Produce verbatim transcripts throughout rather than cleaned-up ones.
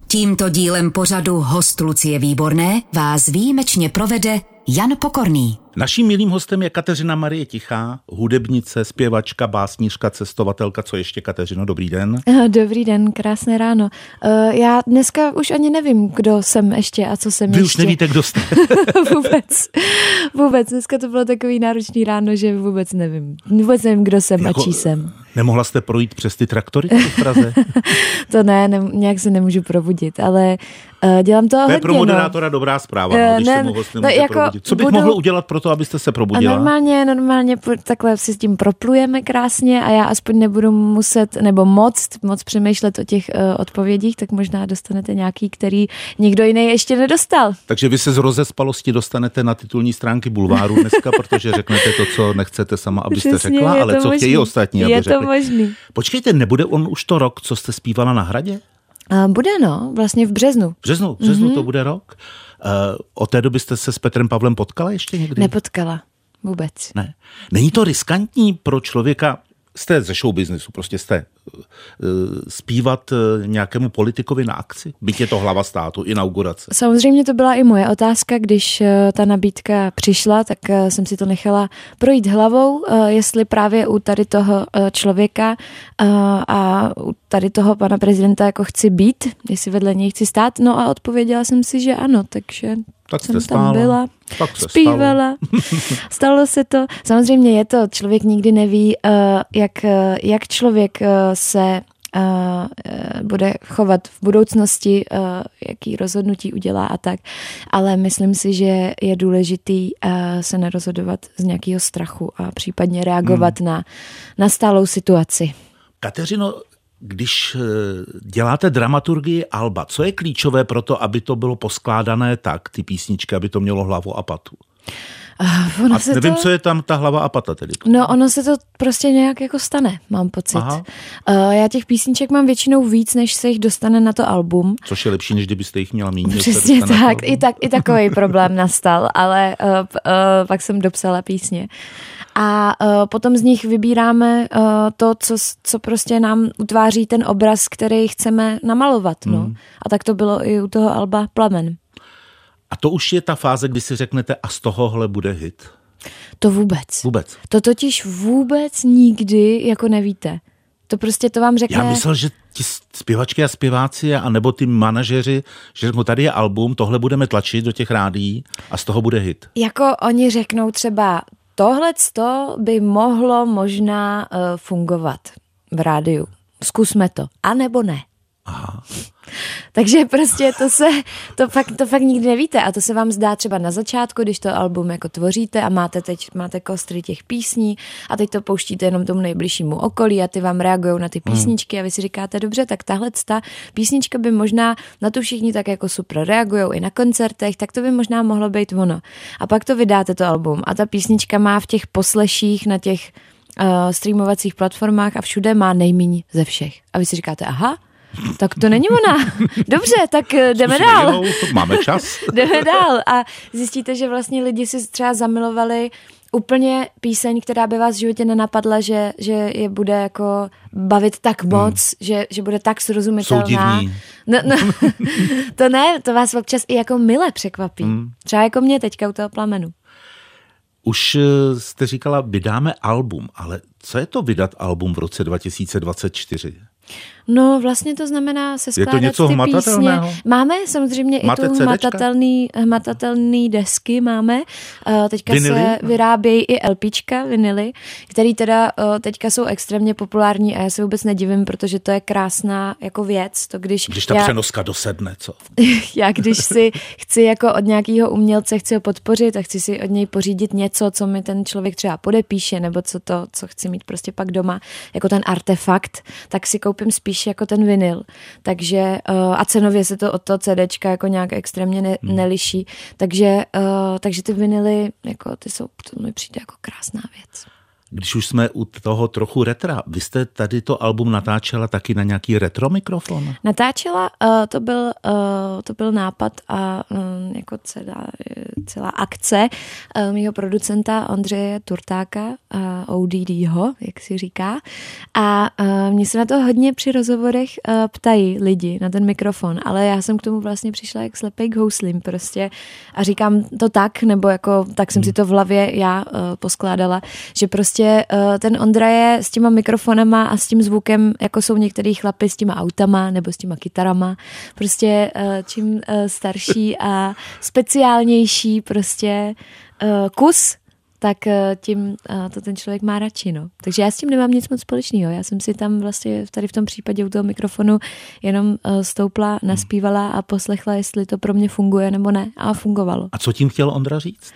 Tímto dílem pořadu Host Lucie Výborné vás výjimečně provede Jan Pokorný. Naším milým hostem je Kateřina Marie Tichá, hudebnice, zpěvačka, básnířka, cestovatelka. Co ještě, Kateřino? Dobrý den. Dobrý den, krásné ráno. Uh, já dneska už ani nevím, kdo jsem ještě a co jsem Vy ještě. Vy už nevíte, kdo jste. Vůbec. Vůbec. Dneska to bylo takový náročný ráno, že vůbec nevím. Vůbec nevím, kdo jsem jako, a čí jsem. Nemohla jste projít přes ty traktory v Praze? To ne, ne, nějak se nemůžu probudit, ale uh, dělám to hodně. To je pro moderátora no. dobrá zpráva, no, když ne, se mu host nemůže no, jako probudit. Co bych budu... mohla udělat pro to, abyste se probudila? Normálně, normálně takhle si s tím proplujeme krásně a já aspoň nebudu muset, nebo moc, moc přemýšlet o těch uh, odpovědích, tak možná dostanete nějaký, který nikdo jiný ještě nedostal. Takže vy se z rozespalosti dostanete na titulní stránky bulváru dneska, protože řeknete to, co nechcete sama, abyste Přesně, řekla, ale co možný. Chtějí ostatní, aby je řekli. To možný. Počkejte, nebude on už to rok, co jste zpívala na Hradě? Uh, bude no, vlastně v březnu. V březnu, v březnu mm-hmm. to bude rok. Uh, od té doby jste se s Petrem Pavlem potkala ještě někdy? Nepotkala. Vůbec. Ne. Není to riskantní pro člověka, jste ze showbiznesu, prostě jste uh, zpívat uh, nějakému politikovi na akci? Byť je to hlava státu, inaugurace. Samozřejmě to byla i moje otázka, když uh, ta nabídka přišla, tak uh, jsem si to nechala projít hlavou, uh, jestli právě u tady toho uh, člověka uh, a u tady toho pana prezidenta jako chci být, jestli vedle něj chci stát. No a odpověděla jsem si, že ano, takže tak jsem jste tam stála. byla, tak se zpívala, stalo. stalo se to. Samozřejmě je to, člověk nikdy neví, uh, jak, uh, jak člověk uh, se uh, bude chovat v budoucnosti, uh, jaký rozhodnutí udělá a tak, ale myslím si, že je důležitý uh, se nerozhodovat z nějakého strachu a případně reagovat hmm. na nastálou situaci. Kateřino, když děláte dramaturgii alba, co je klíčové pro to, aby to bylo poskládané tak, ty písničky, aby to mělo hlavu a patu? Uh, a nevím, to... co je tam ta hlava a pata tedy. No, ono se to prostě nějak jako stane, mám pocit. Uh, já těch písniček mám většinou víc, než se jich dostane na to album. Což je lepší, než kdybyste jich měla méně. Přesně tak, i, tak, i takový problém nastal, ale uh, uh, pak jsem dopsala písně. A uh, potom z nich vybíráme uh, to, co, co prostě nám utváří ten obraz, který chceme namalovat. No. Hmm. A tak to bylo i u toho alba Plamen. A to už je ta fáze, kdy si řeknete, a z tohohle bude hit? To vůbec. Vůbec. To totiž vůbec nikdy jako nevíte. To prostě to vám řekne... Já myslel, že ti zpěvačky a zpěváci a nebo ty manažeři, že řeknou, tady je album, tohle budeme tlačit do těch rádií a z toho bude hit. Jako oni řeknou třeba, tohleto by mohlo možná uh, fungovat v rádiu. Zkusme to. A nebo ne. Aha. Takže prostě to se, to fakt, to fakt nikdy nevíte a to se vám zdá třeba na začátku, když to album jako tvoříte a máte teď, máte kostry těch písní a teď to pouštíte jenom tomu nejbližšímu okolí a ty vám reagujou na ty písničky hmm. a vy si říkáte, dobře, tak tahle ta písnička by možná, na tu všichni tak jako super reagujou i na koncertech, tak to by možná mohlo být ono. A pak to vydáte to album a ta písnička má v těch posleších na těch uh, streamovacích platformách a všude má nejmíň ze všech. A vy si říkáte, aha, tak to není ona. Dobře, tak jdeme Zkusím dál. Jinou, máme čas. Jdeme dál a zjistíte, že vlastně lidi si třeba zamilovali úplně píseň, která by vás v životě nenapadla, že, že je bude jako bavit tak moc, hmm. že, že bude tak srozumitelná. No, no, to ne, to vás občas i jako mile překvapí. Hmm. Třeba jako mě teďka u toho Plamenu. Už jste říkala, vydáme album, ale co je to vydat album v roce dva tisíce dvacet čtyři? No vlastně to znamená se skládat je to něco ty hmatatelného? Písně. Máme samozřejmě Máte i tu hmatatelný, hmatatelný desky máme. Uh, teďka vinily? Se vyrábějí i LPčka, vinily, který teda uh, teďka jsou extrémně populární a já se vůbec nedivím, protože to je krásná jako věc. To když když ta já, přenoska dosedne, co? Já když si chci jako od nějakého umělce chci ho podpořit a chci si od něj pořídit něco, co mi ten člověk třeba podepíše, nebo co to, co chci mít prostě pak doma, jako ten artefakt, tak si koupím spíš jako ten vinyl. Takže uh, a cenově se to od toho CDčka jako nějak extrémně ne, hmm. neliší. Takže, uh, takže ty vinily, jako ty jsou, to mi přijde jako krásná věc. Když už jsme u toho trochu retra, vy jste tady to album natáčela taky na nějaký retro mikrofon? Natáčela, uh, to, byl, uh, to byl nápad a um, jako celá, celá akce uh, mýho producenta Ondřeje Turtáka, uh, O D D ho, jak si říká. A uh, mě se na to hodně při rozhovorech uh, ptají lidi na ten mikrofon, ale já jsem k tomu vlastně přišla jak slepej k houslím prostě a říkám to tak, nebo jako tak jsem si to v hlavě já uh, poskládala, že prostě ten Ondra je s těma mikrofonama a s tím zvukem, jako jsou některý chlapy s těma autama nebo s těma kytarama. Prostě čím starší a speciálnější prostě kus, tak tím to ten člověk má radši. No. Takže já s tím nemám nic moc společného. Já jsem si tam vlastně tady v tom případě u toho mikrofonu jenom stoupla, naspívala a poslechla, jestli to pro mě funguje nebo ne. A fungovalo. A co tím chtěl Ondra říct?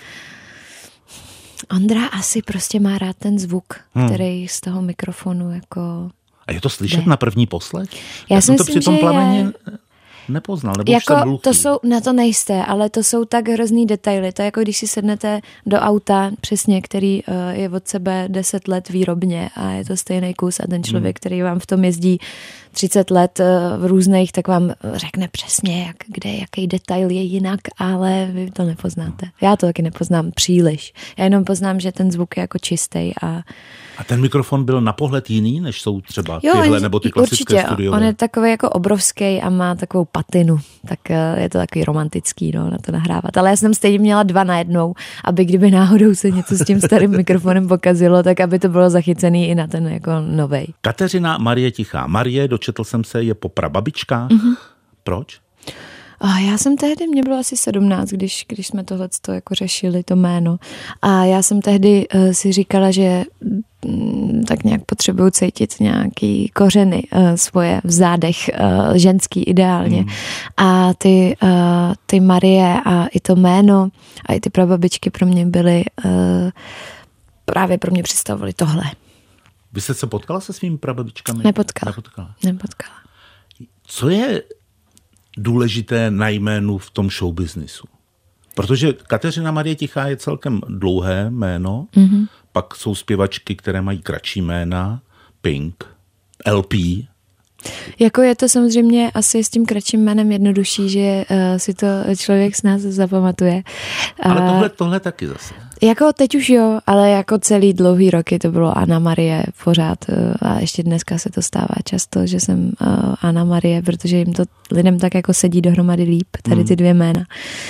Ondra asi prostě má rád ten zvuk, hmm. který z toho mikrofonu jako... A je to slyšet jde. Na první poslech? Já, Já jsem to myslím, při tom že Plameni je... nepoznal, nebo jako, už jsem hluchý. To jsou, na to nejste, ale to jsou tak hrozný detaily. To je jako když si sednete do auta, přesně, který uh, je od sebe deset let výrobně a je to stejný kus a ten člověk, hmm. který vám v tom jezdí třicet let uh, v různých, tak vám řekne přesně, jak, kde, jaký detail je jinak, ale vy to nepoznáte. Já to taky nepoznám příliš. Já jenom poznám, že ten zvuk je jako čistý a A ten mikrofon byl na pohled jiný, než jsou třeba jo, tyhle nebo ty klasické určitě, studiové? On je takový jako obrovský a má takovou patinu, tak je to takový romantický, no, na to nahrávat. Ale já jsem stejně měla dva najednou, aby kdyby náhodou se něco s tím starým mikrofonem pokazilo, tak aby to bylo zachycený i na ten jako novej. Kateřina Marie Tichá. Marie, dočetl jsem se, je po prababičkách. Mm-hmm. Proč? A já jsem tehdy, mě bylo asi sedmnáct, když, když jsme tohleto jako řešili, to jméno. A já jsem tehdy uh, si říkala, že mm, tak nějak potřebuju cítit nějaký kořeny uh, svoje v zádech, uh, ženský ideálně. Mm. A ty, uh, ty Marie a i to jméno a i ty prababičky pro mě byly, uh, právě pro mě představovaly tohle. Vy jste se potkala se svými prababičkami? Nepotkala. Nepotkala. Nepotkala. Co je důležité na jménu v tom showbiznisu? Protože Kateřina Marie Tichá je celkem dlouhé jméno, mm-hmm. pak jsou zpěvačky, které mají kratší jména, Pink, L P. Jako je to samozřejmě asi s tím kratším jménem jednodušší, že uh, si to člověk s nás zapamatuje. Ale tohle, tohle taky zase. Jako teď už jo, ale jako celý dlouhý roky to bylo Anna Marie pořád uh, a ještě dneska se to stává často, že jsem uh, Anna Marie, protože jim to lidem tak jako sedí dohromady líp, tady ty dvě jména.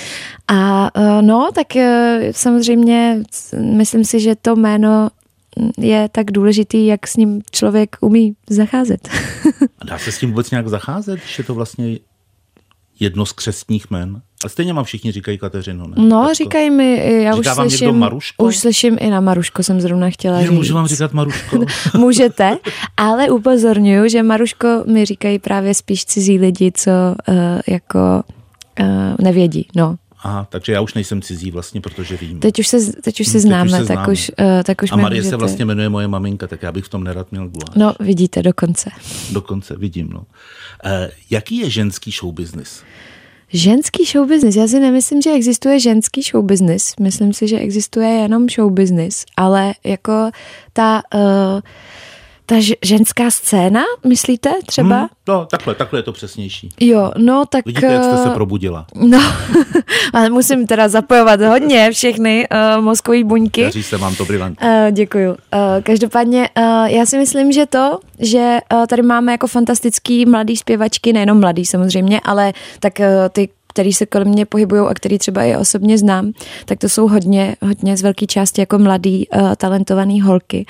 A uh, no, tak uh, samozřejmě myslím si, že to jméno je tak důležitý, jak s ním člověk umí zacházet. A dá se s tím vůbec nějak zacházet, když je to vlastně jedno z křestních jmen? A stejně vám všichni říkají Kateřino, ne? No, to... říkají mi, já už slyším, už slyším i na Maruško, jsem zrovna chtěla je, říct. Můžu vám říkat Maruško? Můžete, ale upozorňuju, že Maruško mi říkají právě spíš cizí lidi, co uh, jako uh, nevědí, no. Aha, takže já už nejsem cizí vlastně, protože vím. Teď už se, teď už se známe, teď už se tak, známe. Už, uh, tak už a Marie se vlastně jmenuje moje maminka, tak já bych v tom nerad měl guláš. No, vidíte, dokonce. Dokonce, vidím, no. Uh, jaký je ženský showbiznis? Ženský showbiznis? Já si nemyslím, že existuje ženský showbiznis. Myslím si, že existuje jenom showbiznis, ale jako ta... Uh, Ta ženská scéna, myslíte třeba? Hmm, no, takhle, takhle je to přesnější. Jo, no tak... Vidíte, jak jste se probudila. No, ale musím teda zapojovat hodně všechny uh, mozkové buňky. Daří se vám to brilantně. Uh, děkuju. Uh, každopádně uh, já si myslím, že to, že uh, tady máme jako fantastický mladý zpěvačky, nejenom mladý samozřejmě, ale tak uh, ty který se kolem mě pohybují a který třeba i osobně znám, tak to jsou hodně, hodně z velké části jako mladý, uh, talentovaný holky.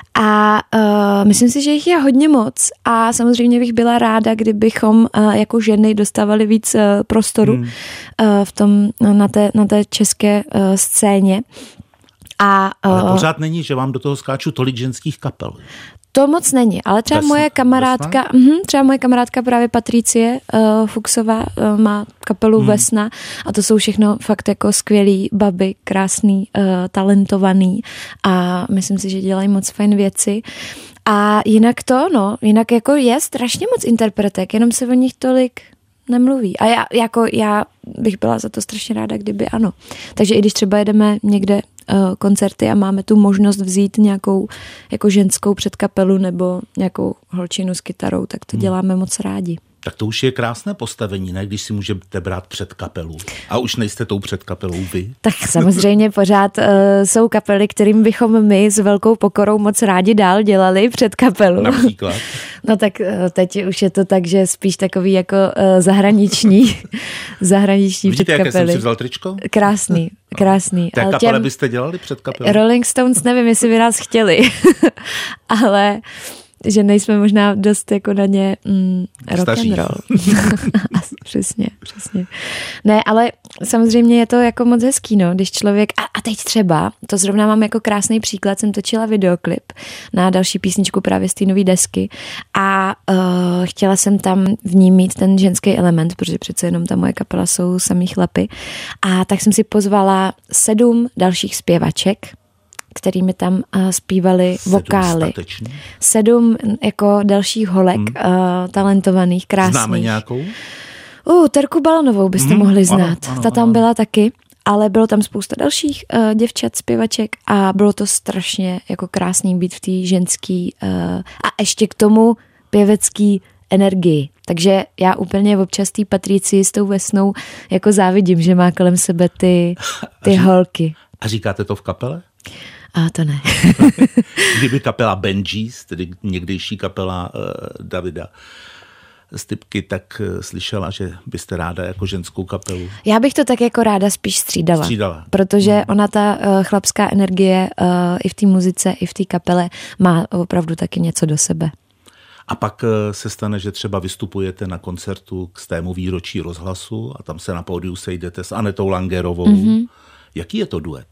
A uh, myslím si, že jich je hodně moc a samozřejmě bych byla ráda, kdybychom uh, jako ženy dostávali víc uh, prostoru hmm. uh, v tom, na té, na té české uh, scéně. A, uh, Ale pořád není, že vám do toho skáču tolik ženských kapel. To moc není, ale třeba Vesna, moje kamarádka, mh, třeba moje kamarádka právě Patricie uh, Fuchsová uh, má kapelu hmm. Vesna a to jsou všechno fakt jako skvělý baby, krásný, uh, talentovaný a myslím si, že dělají moc fajn věci. A jinak to, no, jinak jako je strašně moc interpretek, jenom se o nich tolik nemluví. A já, jako, já bych byla za to strašně ráda, kdyby ano. Takže i když třeba jedeme někde uh, koncerty a máme tu možnost vzít nějakou jako ženskou předkapelu nebo nějakou holčinu s kytarou, tak to děláme moc rádi. Tak to už je krásné postavení, ne? Když si můžete brát před kapelu. A už nejste tou před kapelou vy. Tak samozřejmě pořád uh, jsou kapely, kterým bychom my s velkou pokorou moc rádi dál dělali před kapelu. Například? No tak uh, teď už je to tak, že spíš takový jako uh, zahraniční zahraniční Vidíte, před kapely. Vidíte, jaké jsem si vzal tričko? Krásný, krásný. Té kapele těm... byste dělali před kapelou? Rolling Stones, nevím, jestli by nás chtěli, ale... že nejsme možná dost jako na ně mm, rock and roll. Přesně, přesně. Ne, ale samozřejmě je to jako moc hezký, no, když člověk, a, a teď třeba, to zrovna mám jako krásný příklad, jsem točila videoklip na další písničku právě z té nový desky a uh, chtěla jsem tam v ní mít ten ženský element, protože přece jenom ta moje kapela jsou samý chlapy a tak jsem si pozvala sedm dalších zpěvaček, kterými tam uh, zpívali sedm vokály. Statečný. Sedm jako dalších holek, hmm. uh, talentovaných, krásných. Známe nějakou? Uh, Terku Balanovou byste hmm. mohli znát. Ano, ano, Ta tam ano. byla taky, ale bylo tam spousta dalších uh, děvčat, zpěvaček a bylo to strašně jako krásný být v té ženský uh, a ještě k tomu pěvecký energii. Takže já úplně občas té Patricii s tou Vesnou jako závidím, že má kolem sebe ty, ty a holky. A říkáte to v kapele? A to ne. Kdyby kapela Benjis, tedy někdejší kapela uh, Davida Stypky, tak uh, slyšela, že byste ráda jako ženskou kapelu. Já bych to tak jako ráda spíš střídala. Střídala. Protože hmm. ona ta uh, chlapská energie uh, i v té muzice, i v té kapele má opravdu taky něco do sebe. A pak uh, se stane, že třeba vystupujete na koncertu k stému výročí rozhlasu a tam se na pódiu sejdete s Anetou Langerovou. Mm-hmm. Jaký je to duet?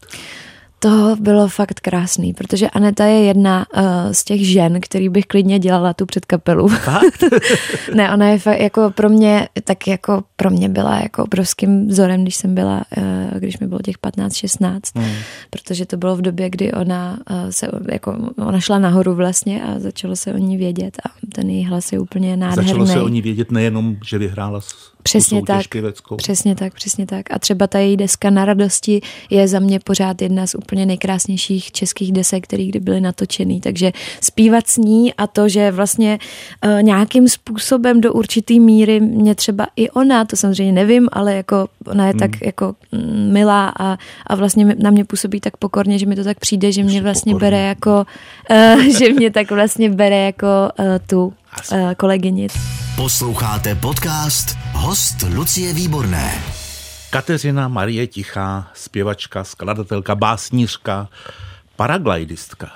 To bylo fakt krásný, protože Aneta je jedna uh, z těch žen, který bych klidně dělala tu předkapelu. Fakt? Ne, ona je fakt jako pro mě, tak jako pro mě byla jako obrovským vzorem, když jsem byla, uh, když mi bylo těch patnáct šestnáct, hmm. protože to bylo v době, kdy ona uh, se jako, ona šla nahoru vlastně a začalo se o ní vědět a ten její hlas je úplně nádherný. Začalo se o ní vědět nejenom, že vyhrála Přesně tak, přesně tak, přesně tak. A třeba ta její deska Na radosti je za mě pořád jedna z úplně nejkrásnějších českých desek, které kdy byly natočený. Takže zpívat s ní a to, že vlastně uh, nějakým způsobem do určitý míry mě třeba i ona, to samozřejmě nevím, ale jako ona je hmm. tak jako mm, milá a, a vlastně na mě působí tak pokorně, že mi to tak přijde, že mě vlastně pokorně. bere jako, uh, že mě tak vlastně bere jako uh, tu uh, kolegyni. Posloucháte podcast Host Lucie Výborné. Kateřina Marie Tichá, zpěvačka, skladatelka, básnířka, paraglidistka.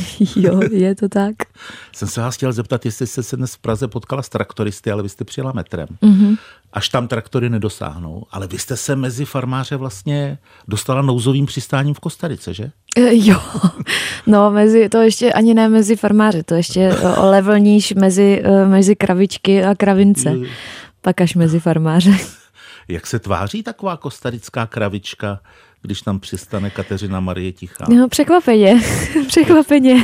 Jo, je to tak. Jsem se vás chtěl zeptat, jestli jste se dnes v Praze potkala s traktoristy, ale vy jste přijela metrem. Mm-hmm. Až tam traktory nedosáhnou. Ale vy jste se mezi farmáře vlastně dostala nouzovým přistáním v Kostarice, že? Jo, no mezi, to ještě ani ne mezi farmáře, to ještě o level níž mezi, mezi kravičky a kravince. Pak až mezi farmáře. Jak se tváří taková kostarická kravička, když tam přistane Kateřina Marie Tichá? No, překvapeně, překvapeně.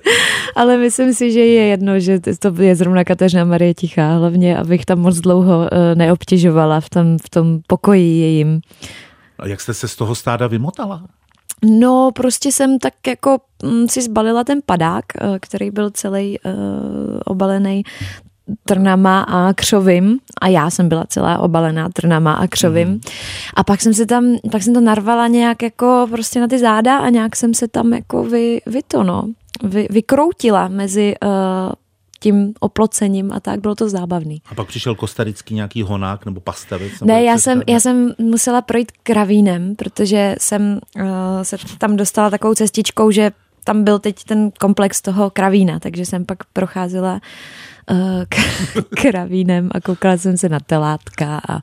Ale myslím si, že je jedno, že to je zrovna Kateřina Marie Tichá, hlavně, abych tam moc dlouho neobtěžovala v tom, v tom pokoji jejím. A jak jste se z toho stáda vymotala? No, prostě jsem tak jako si zbalila ten padák, který byl celý uh, obalený trnama a křovím a já jsem byla celá obalená trnama a křovím. Mm. A pak jsem se tam, pak jsem to narvala nějak jako prostě na ty záda a nějak jsem se tam jako vy, vy to no, vy, vykroutila mezi uh, tím oplocením a tak, bylo to zábavný. A pak přišel kostarický nějaký honák nebo pastavec? Ne, já jsem, já jsem musela projít kravínem, protože jsem uh, se tam dostala takovou cestičkou, že tam byl teď ten komplex toho kravína, takže jsem pak procházela uh, k, kravínem a koukala jsem se na telátka a,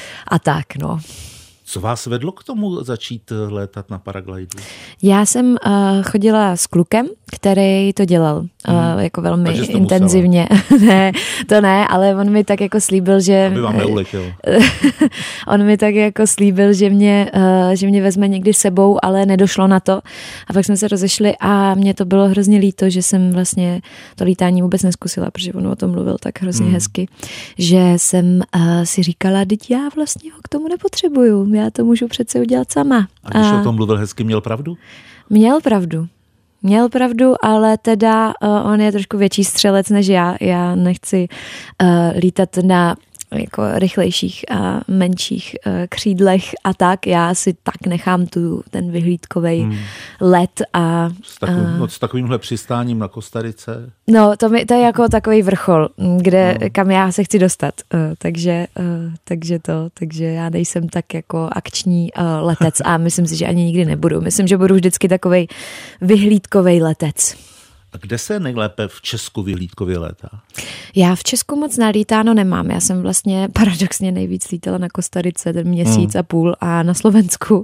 a tak, no. Co vás vedlo k tomu začít létat na paraglidu? Já jsem uh, chodila s klukem, který to dělal uh, hmm. jako velmi intenzivně. Ne, to ne, ale on mi tak jako slíbil, že... Aby vám neuletěl. On mi tak jako slíbil, že mě, uh, že mě vezme někdy sebou, ale nedošlo na to. A pak jsme se rozešli a mě to bylo hrozně líto, že jsem vlastně to lítání vůbec neskusila, protože on o tom mluvil tak hrozně hmm. hezky, že jsem uh, si říkala, teď já vlastně ho k tomu nepotřebuju. já to můžu přece udělat sama. A když a... o tom mluvil hezky, měl pravdu? Měl pravdu. Měl pravdu, ale teda uh, on je trošku větší střelec než já. Já nechci uh, lítat na jako rychlejších a menších uh, křídlech a tak. Já si tak nechám tu, ten vyhlídkovej hmm. let a... S, takovým, uh, s takovýmhle přistáním na Kostarice? No, to, mi, to je jako takový vrchol, kde, no. kam já se chci dostat. Uh, takže, uh, takže to, takže já nejsem tak jako akční uh, letec a myslím si, že ani nikdy nebudu. Myslím, že budu vždycky takovej vyhlídkovej letec. A kde se nejlépe v Česku vyhlídkově létá? Já v Česku moc nalítáno nemám. Já jsem vlastně paradoxně nejvíc lítala na Kostarice ten měsíc hmm. a půl a na Slovensku.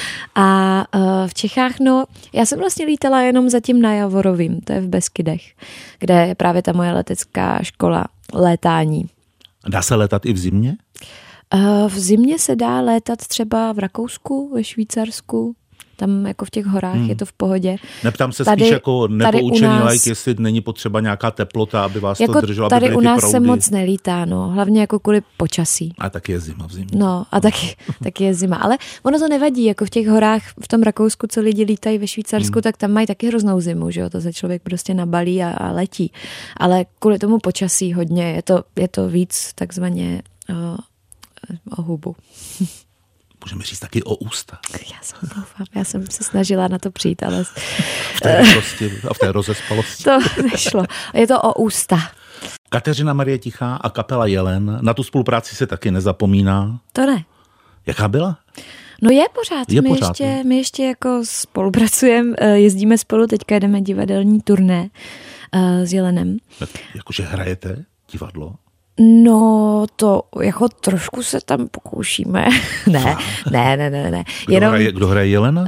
A uh, v Čechách, no, já jsem vlastně lítala jenom zatím na Javorovým, to je v Beskydech, kde je právě ta moje letecká škola létání. Dá se létat i v zimě? Uh, v zimě se dá létat třeba v Rakousku, ve Švýcarsku. Tam jako v těch horách hmm. je to v pohodě. Neptám se tady, spíš jako nepoučený nás, like, jestli není potřeba nějaká teplota, aby vás jako to drželo, tady aby u byly ty nás proudy. se moc nelítá, no. Hlavně jako kvůli počasí. A taky je zima v zimě. No a taky, taky je zima. Ale ono to nevadí, jako v těch horách, v tom Rakousku, co lidi lítají ve Švýcarsku, hmm. tak tam mají taky hroznou zimu, že jo, to se člověk prostě nabalí a, a letí. Ale kvůli tomu počasí hodně, je to, je to víc takzvaně o, o hubu. Můžeme říct taky o ústa. Já jsem doufám, já jsem se snažila na to přijít, ale... V té rychlosti a v té rozespalosti. To nešlo. Je to o ústa. Kateřina Marie Tichá a kapela Jelen. Na tu spolupráci se taky nezapomíná. To ne. Jaká byla? No je pořád. Je my, pořád ještě, my ještě jako spolupracujeme, jezdíme spolu, teďka jdeme divadelní turné s Jelenem. Jak, jakože hrajete divadlo? No, to jako trošku se tam pokoušíme. ne, ne, ne, ne, ne. Kdo, Jenom... hraje, kdo hraje Jelena?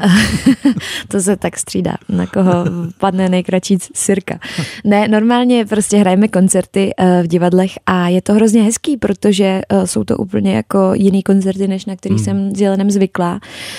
To se tak střídá, na koho padne nejkratší sirka. Ne, normálně prostě hrajeme koncerty v divadlech a je to hrozně hezký, protože jsou to úplně jako jiný koncerty, než na který hmm. jsem s Jelenem zvyklá.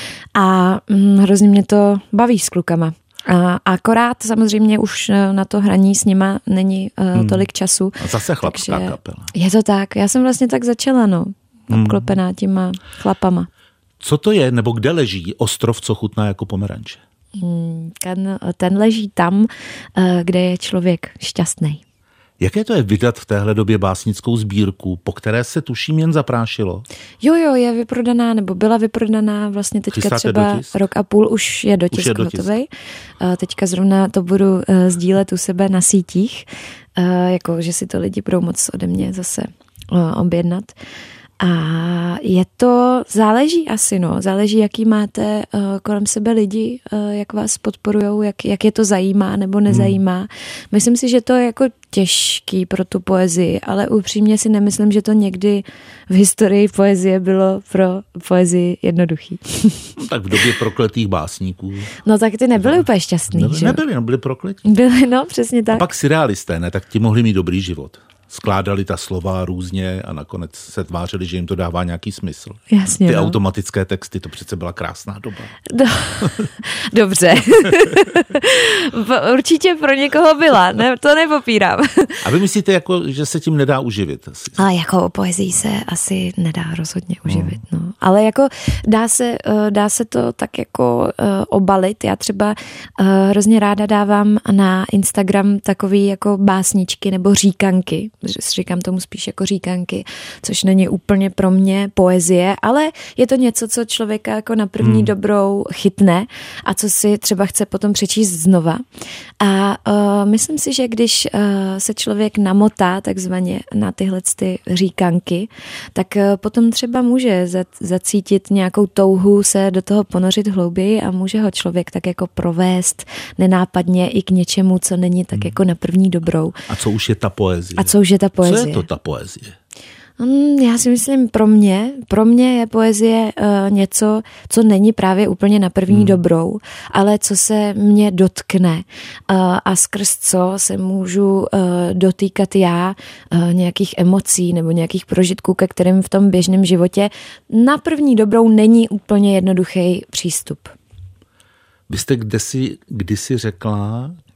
A hm, hrozně mě to baví s klukama. A akorát samozřejmě už na to hraní s nima není uh, hmm. tolik času. A zase chlapská kapela. Je to tak. Já jsem vlastně tak začala, no. Obklopená těma chlapama. Co to je, nebo kde leží ostrov, co chutná jako pomeranče? Hmm, ten, ten leží tam, uh, kde je člověk šťastný. Jaké to je vydat v téhle době básnickou sbírku, po které se tuším jen zaprášilo? Jo, jo, je vyprodaná, nebo byla vyprodaná vlastně teďka Chystáte třeba dotisk? Rok a půl, už je dotisk, už je dotisk. hotovej. Teďka zrovna to budu sdílet u sebe na sítích, jako že si to lidi budou moc ode mě zase objednat. A je to, záleží asi, no, záleží, jaký máte uh, kolem sebe lidi, uh, jak vás podporujou, jak, jak je to zajímá nebo nezajímá. Hmm. Myslím si, že to je jako těžký pro tu poezii, ale upřímně si nemyslím, že to někdy v historii poezie bylo pro poezii jednoduchý. No, tak v době prokletých básníků. No tak ty nebyly no, úplně šťastný, nebyli, že? Nebyli, no byli prokletí. Byli, no, přesně tak. A pak surrealisté, ne, tak ti mohli mít dobrý život. Skládali ta slova různě a nakonec se tvářili, že jim to dává nějaký smysl. Jasně, Ty no. automatické texty, to přece byla krásná doba. Do... Dobře. Určitě pro někoho byla, ne, to nepopírám. A vy myslíte, jako, že se tím nedá uživit? Asi? Ale jako poezii se asi nedá rozhodně uživit. No. No. Ale jako dá se, dá se to tak jako obalit. Já třeba hrozně ráda dávám na Instagram takový jako básničky nebo říkanky. Říkám tomu spíš jako říkanky, což není úplně pro mě poezie, ale je to něco, co člověka jako na první hmm. dobrou chytne a co si třeba chce potom přečíst znova. A uh, myslím si, že když uh, se člověk namotá takzvaně na tyhle ty říkanky, tak uh, potom třeba může zacítit nějakou touhu se do toho ponořit hlouběji a může ho člověk tak jako provést nenápadně i k něčemu, co není tak jako na první dobrou. A co už je ta poezie? A co už je ta poezie? Co je to ta poezie? Já si myslím, pro mě, pro mě je poezie uh, něco, co není právě úplně na první hmm. dobrou, ale co se mě dotkne uh, a skrz co se můžu uh, dotýkat já uh, nějakých emocí nebo nějakých prožitků, ke kterým v tom běžném životě na první dobrou není úplně jednoduchý přístup. Vy jste kdysi, kdysi řekla,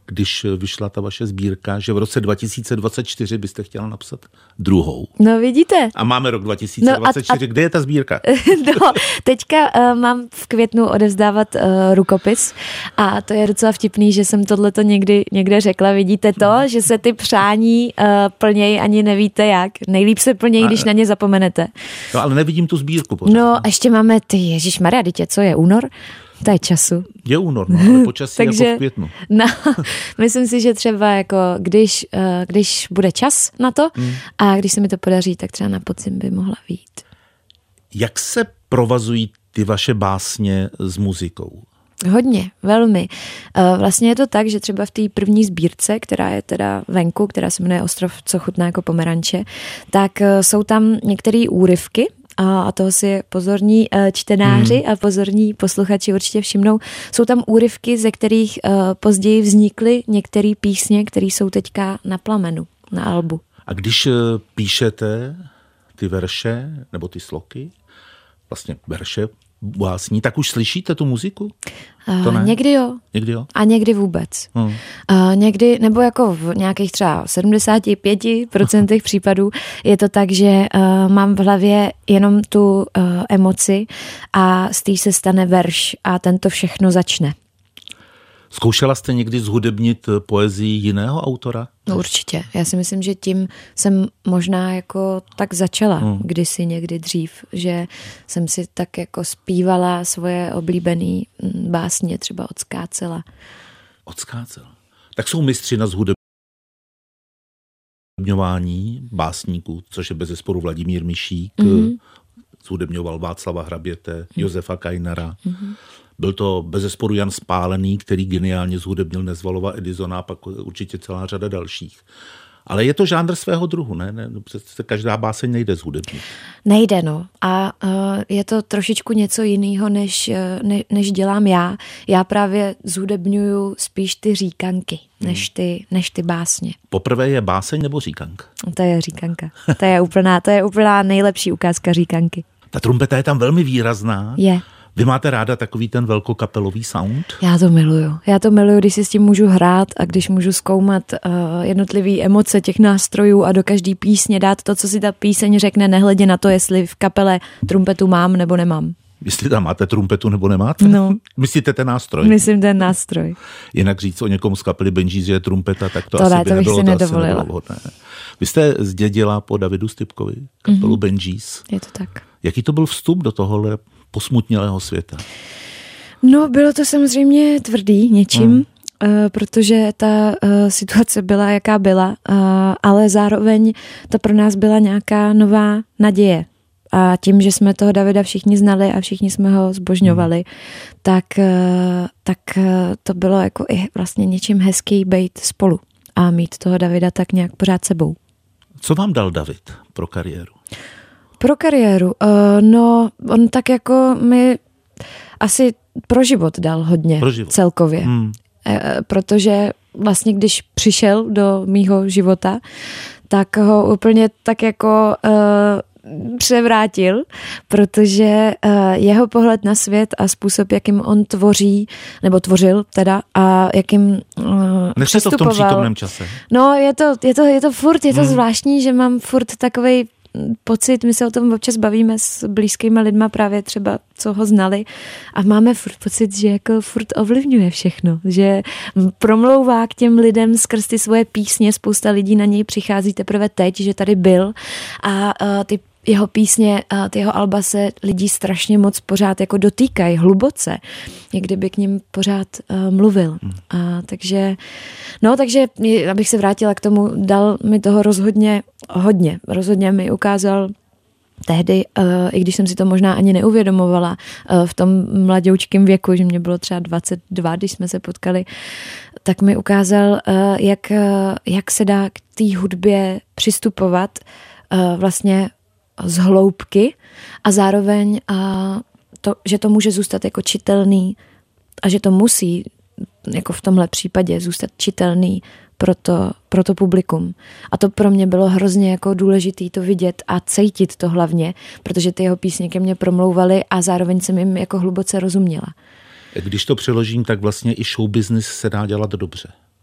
když vyšla ta vaše sbírka, že v roce dva tisíce dvacet čtyři byste chtěla napsat druhou. No vidíte. A máme rok dva tisíce dvacet čtyři. No a, a... Kde je ta sbírka? No, teďka uh, mám v květnu odevzdávat uh, rukopis a to je docela vtipný, že jsem tohleto někdy někde řekla. Vidíte to, že se ty přání uh, plnějí, ani nevíte jak. Nejlíp se plnějí, a... když na ně zapomenete. No ale nevidím tu sbírku. Pořád. No a ještě máme ty, ježišmarja, dítě, co je únor? To je času. Je únor, no, ale počasí Takže, jako v květnu. No, myslím si, že třeba jako když, když bude čas na to hmm. a když se mi to podaří, tak třeba na podzim by mohla vyjít. Jak se provazují ty vaše básně s muzikou? Hodně, velmi. Vlastně je to tak, že třeba v té první sbírce, která je teda venku, která se jmenuje Ostrov, co chutná jako pomeranče, tak jsou tam některé úryvky, a toho si pozorní čtenáři hmm. a pozorní posluchači určitě všimnou. Jsou tam úryvky, ze kterých později vznikly některé písně, které jsou teďka na plamenu, na albu. A když píšete ty verše nebo ty sloky, vlastně verše, básní, tak už slyšíte tu muziku? To ne? Někdy jo. Někdy jo? A někdy vůbec. Hmm. Uh, někdy, nebo jako v nějakých třeba sedmdesát pět procent případů je to tak, že uh, mám v hlavě jenom tu uh, emoci a z té se stane verš a ten to všechno začne. Zkoušela jste někdy zhudebnit poezii jiného autora? No určitě. Já si myslím, že tím jsem možná jako tak začala hmm. kdysi někdy dřív, že jsem si tak jako zpívala svoje oblíbené básně, třeba od Skácela. Od Skácela. Tak jsou mistři na zhudebňování básníků, což je bezesporu Vladimír Mišík, mm-hmm. zhudebňoval Václava Hraběte, mm-hmm. Josefa Kajnara. Mm-hmm. Byl to bezesporu Jan Spálený, který geniálně zhudebnil Nezvalova Edisona a pak určitě celá řada dalších. Ale je to žánr svého druhu, ne? ne? Každá báseň nejde zhudebnit. Nejde, no. A uh, je to trošičku něco jiného, než, ne, než dělám já. Já právě zhudebňuju spíš ty říkanky, než ty, než ty básně. Poprvé je báseň nebo říkanka? To je říkanka. To je úplná, to je úplná nejlepší ukázka říkanky. Ta trumpeta je tam velmi výrazná. Je. Vy máte ráda takový ten velkokapelový sound? Já to miluju. Já to miluju, když si s tím můžu hrát a když můžu zkoumat uh, jednotlivý emoce těch nástrojů a do každý písně dát to, co si ta píseň řekne, nehledě na to, jestli v kapele trumpetu mám nebo nemám. Jestli tam máte trumpetu nebo nemáte? No. Myslíte ten nástroj? Myslím ten nástroj. Jinak říct o někom z kapely Benjis, že je trumpeta, tak to, to asi ne, by to nebylo, si to nedovolila. asi nebylo vhodné. Vy jste zdědila po Davidu Stypkovi kapelu mm-hmm. Benjis. Je to tak. Jaký to byl vstup do tohohle posmutnělého světa? No, bylo to samozřejmě tvrdý něčím, mm. uh, protože ta uh, situace byla, jaká byla, uh, ale zároveň to pro nás byla nějaká nová naděje. A tím, že jsme toho Davida všichni znali a všichni jsme ho zbožňovali, mm. tak, uh, tak uh, to bylo jako i vlastně něčím hezký být spolu a mít toho Davida tak nějak pořád sebou. Co vám dal David pro kariéru? Pro kariéru? Uh, no, on tak jako mi asi pro život dal hodně pro život. Celkově. Hmm. E, protože vlastně, když přišel do mýho života, tak ho úplně tak jako uh, převrátil, protože uh, jeho pohled na svět a způsob, jakým on tvoří, nebo tvořil teda, a jakým uh, Než je to v tom přítomném čase? No, je to, je to, je to furt, je to hmm. zvláštní, že mám furt takovej pocit, my se o tom občas bavíme s blízkýma lidma, právě třeba, co ho znali, a máme furt pocit, že jako furt ovlivňuje všechno, že promlouvá k těm lidem skrz ty svoje písně, spousta lidí na něj přichází teprve teď, že tady byl, a uh, ty jeho písně, ty jeho alba se lidí strašně moc pořád jako dotýkají hluboce, jak kdyby k ním pořád uh, mluvil. Hmm. A takže, no takže, abych se vrátila k tomu, dal mi toho rozhodně hodně. Rozhodně mi ukázal tehdy, uh, i když jsem si to možná ani neuvědomovala, uh, v tom mladoučkém věku, že mě bylo třeba dvacet dva, když jsme se potkali, tak mi ukázal, uh, jak, uh, jak se dá k té hudbě přistupovat uh, vlastně z hloubky a zároveň, a to, že to může zůstat jako čitelný a že to musí jako v tomhle případě zůstat čitelný pro to, pro to publikum. A to pro mě bylo hrozně jako důležitý to vidět a cítit to hlavně, protože ty jeho písně ke mně promlouvaly a zároveň jsem jim jako hluboce rozuměla. Když to přeložím, tak vlastně i show business se dá dělat dobře.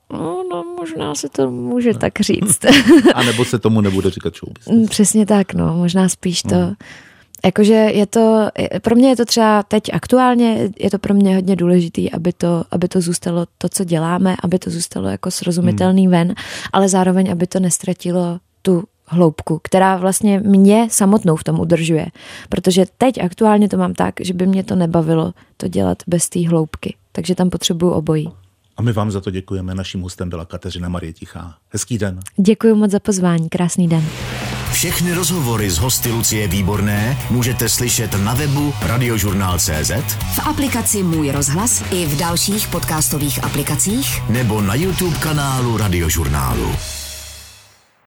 No, no, možná se to může no. tak říct. A nebo se tomu nebude říkat show business. Přesně tak, no, možná spíš to. Hmm. Jakože je to, pro mě je to třeba teď aktuálně, je to pro mě hodně důležitý, aby to, aby to zůstalo to, co děláme, aby to zůstalo jako srozumitelný hmm. ven, ale zároveň, aby to nestratilo tu hloubku, která vlastně mě samotnou v tom udržuje. Protože teď aktuálně to mám tak, že by mě to nebavilo to dělat bez té hloubky. Takže tam potřebuju obojí. A my vám za to děkujeme. Naším hostem byla Kateřina Marie Tichá. Hezký den. Děkuji moc za pozvání. Krásný den. Všechny rozhovory s hosty Lucie Výborné můžete slyšet na webu radiožurnál tečka cé zet, v aplikaci Můj rozhlas i v dalších podcastových aplikacích nebo na YouTube kanálu Radiožurnálu.